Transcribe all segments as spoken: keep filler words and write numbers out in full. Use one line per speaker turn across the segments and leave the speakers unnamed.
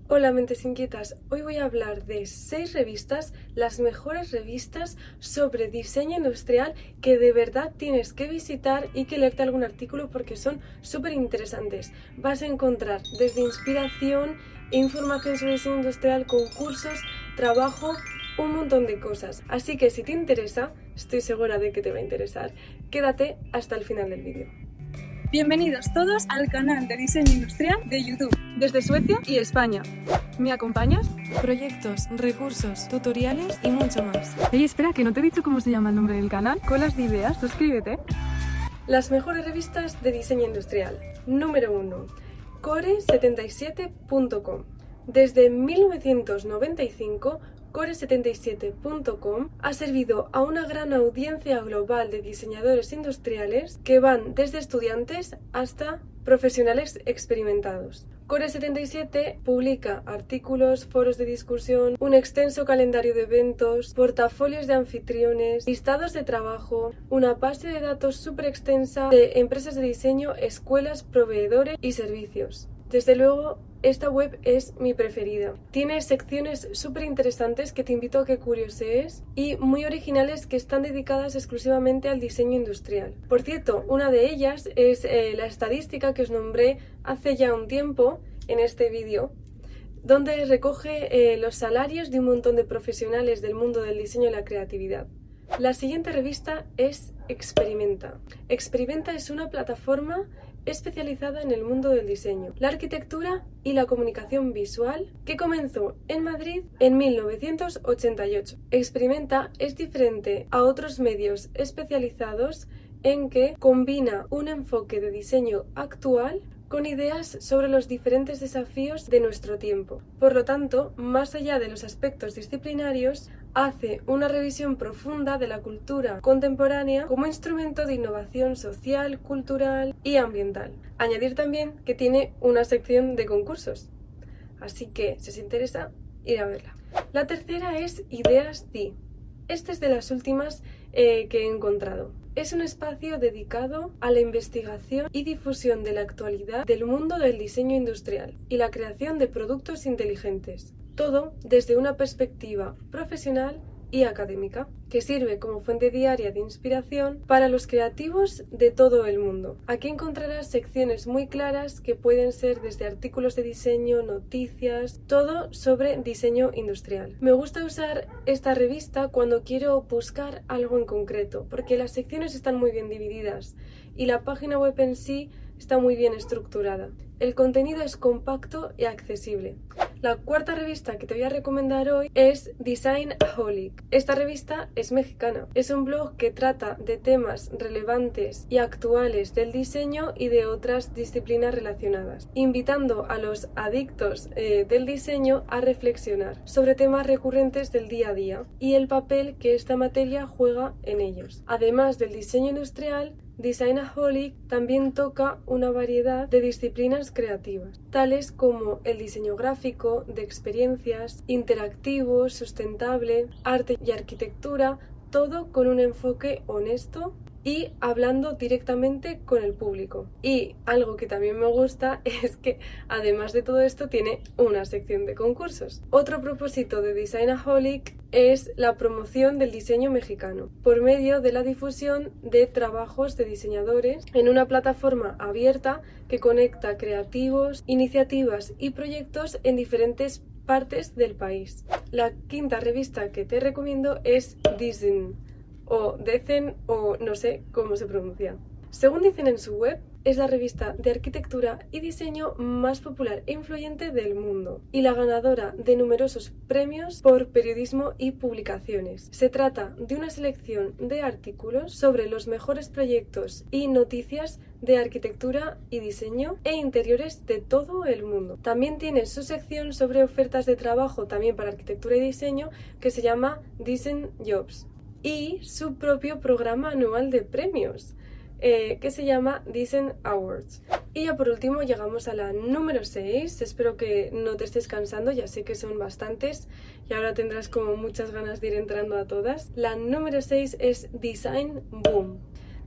Hola mentes inquietas, hoy voy a hablar de seis revistas, las mejores revistas sobre diseño industrial que de verdad tienes que visitar y que leerte algún artículo porque son súper interesantes. Vas a encontrar desde inspiración e información sobre diseño industrial, concursos, trabajo, un montón de cosas. Así que si te interesa, estoy segura de que te va a interesar, quédate hasta el final del vídeo.
Bienvenidos todos al canal de diseño industrial de YouTube, desde Suecia y España. ¿Me acompañas?
Proyectos, recursos, tutoriales y mucho más.
Oye, espera, que no te he dicho cómo se llama el nombre del canal. Colas de ideas, suscríbete.
Las mejores revistas de diseño industrial. Número uno. core setenta y siete punto com. Desde mil novecientos noventa y cinco, core setenta y siete punto com ha servido a una gran audiencia global de diseñadores industriales que van desde estudiantes hasta profesionales experimentados. core setenta y siete publica artículos, foros de discusión, un extenso calendario de eventos, portafolios de anfitriones, listados de trabajo, una base de datos súper extensa de empresas de diseño, escuelas, proveedores y servicios. Desde luego, esta web es mi preferida. Tiene secciones súper interesantes que te invito a que curiosees y muy originales que están dedicadas exclusivamente al diseño industrial. Por cierto, una de ellas es eh, la estadística que os nombré hace ya un tiempo en este vídeo, donde recoge eh, los salarios de un montón de profesionales del mundo del diseño y la creatividad. La siguiente revista es Experimenta. Experimenta es una plataforma especializada en el mundo del diseño, la arquitectura y la comunicación visual que comenzó en Madrid en mil novecientos ochenta y ocho. Experimenta es diferente a otros medios especializados en que combina un enfoque de diseño actual con ideas sobre los diferentes desafíos de nuestro tiempo. Por lo tanto, más allá de los aspectos disciplinarios, hace una revisión profunda de la cultura contemporánea como instrumento de innovación social, cultural y ambiental. Añadir también que tiene una sección de concursos. Así que, si os interesa, ir a verla. La tercera es Ideas D. Esta es de las últimas eh, que he encontrado. Es un espacio dedicado a la investigación y difusión de la actualidad del mundo del diseño industrial y la creación de productos inteligentes. Todo desde una perspectiva profesional y académica, que sirve como fuente diaria de inspiración para los creativos de todo el mundo. Aquí encontrarás secciones muy claras que pueden ser desde artículos de diseño, noticias, todo sobre diseño industrial. Me gusta usar esta revista cuando quiero buscar algo en concreto, porque las secciones están muy bien divididas y la página web en sí está muy bien estructurada. El contenido es compacto y accesible. La cuarta revista que te voy a recomendar hoy es Designaholic. Esta revista es mexicana. Es un blog que trata de temas relevantes y actuales del diseño y de otras disciplinas relacionadas, invitando a los adictos eh, del diseño a reflexionar sobre temas recurrentes del día a día y el papel que esta materia juega en ellos. Además del diseño industrial, Designaholic también toca una variedad de disciplinas creativas, tales como el diseño gráfico, de experiencias, interactivo, sustentable, arte y arquitectura, todo con un enfoque honesto y hablando directamente con el público. Y algo que también me gusta es que además de todo esto tiene una sección de concursos. Otro propósito de Designaholic es la promoción del diseño mexicano por medio de la difusión de trabajos de diseñadores en una plataforma abierta que conecta creativos, iniciativas y proyectos en diferentes partes del país. La quinta revista que te recomiendo es Design o Decen o no sé cómo se pronuncia. Según dicen en su web, es la revista de arquitectura y diseño más popular e influyente del mundo y la ganadora de numerosos premios por periodismo y publicaciones. Se trata de una selección de artículos sobre los mejores proyectos y noticias de arquitectura y diseño e interiores de todo el mundo. También tiene su sección sobre ofertas de trabajo también para arquitectura y diseño que se llama Design Jobs y su propio programa anual de premios Eh, que se llama Design Awards. Y ya por último llegamos a la número seis. Espero que no te estés cansando, ya sé que son bastantes y ahora tendrás como muchas ganas de ir entrando a todas. La número seis es Design Boom.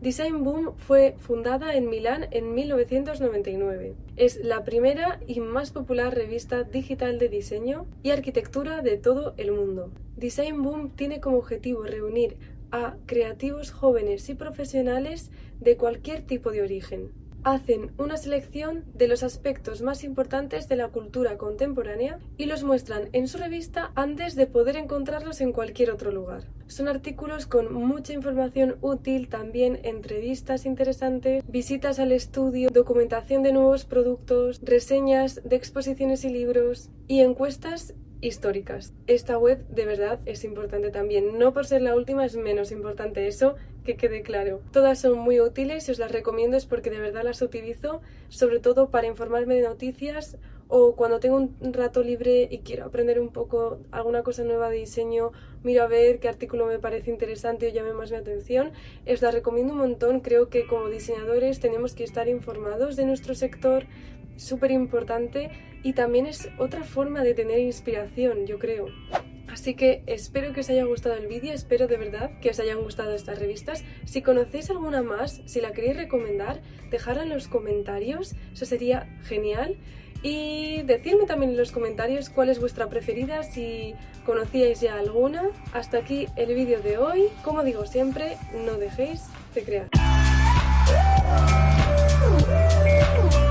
Design Boom fue fundada en Milán en mil novecientos noventa y nueve. Es la primera y más popular revista digital de diseño y arquitectura de todo el mundo. Design Boom tiene como objetivo reunir a creativos jóvenes y profesionales de cualquier tipo de origen. Hacen una selección de los aspectos más importantes de la cultura contemporánea y los muestran en su revista antes de poder encontrarlos en cualquier otro lugar. Son artículos con mucha información útil, también entrevistas interesantes, visitas al estudio, documentación de nuevos productos, reseñas de exposiciones y libros y encuestas históricas. Esta web de verdad es importante también, no por ser la última es menos importante, eso que quede claro. Todas son muy útiles y os las recomiendo, es porque de verdad las utilizo, sobre todo para informarme de noticias o cuando tengo un rato libre y quiero aprender un poco alguna cosa nueva de diseño, miro a ver qué artículo me parece interesante o llame más mi atención. Os las recomiendo un montón, creo que como diseñadores tenemos que estar informados de nuestro sector, súper importante, y también es otra forma de tener inspiración, yo creo. Así que espero que os haya gustado el vídeo, espero de verdad que os hayan gustado estas revistas. Si conocéis alguna más, si la queréis recomendar, dejadla en los comentarios, eso sería genial. Y decidme también en los comentarios cuál es vuestra preferida, si conocíais ya alguna. Hasta aquí el vídeo de hoy. Como digo siempre, no dejéis de crear.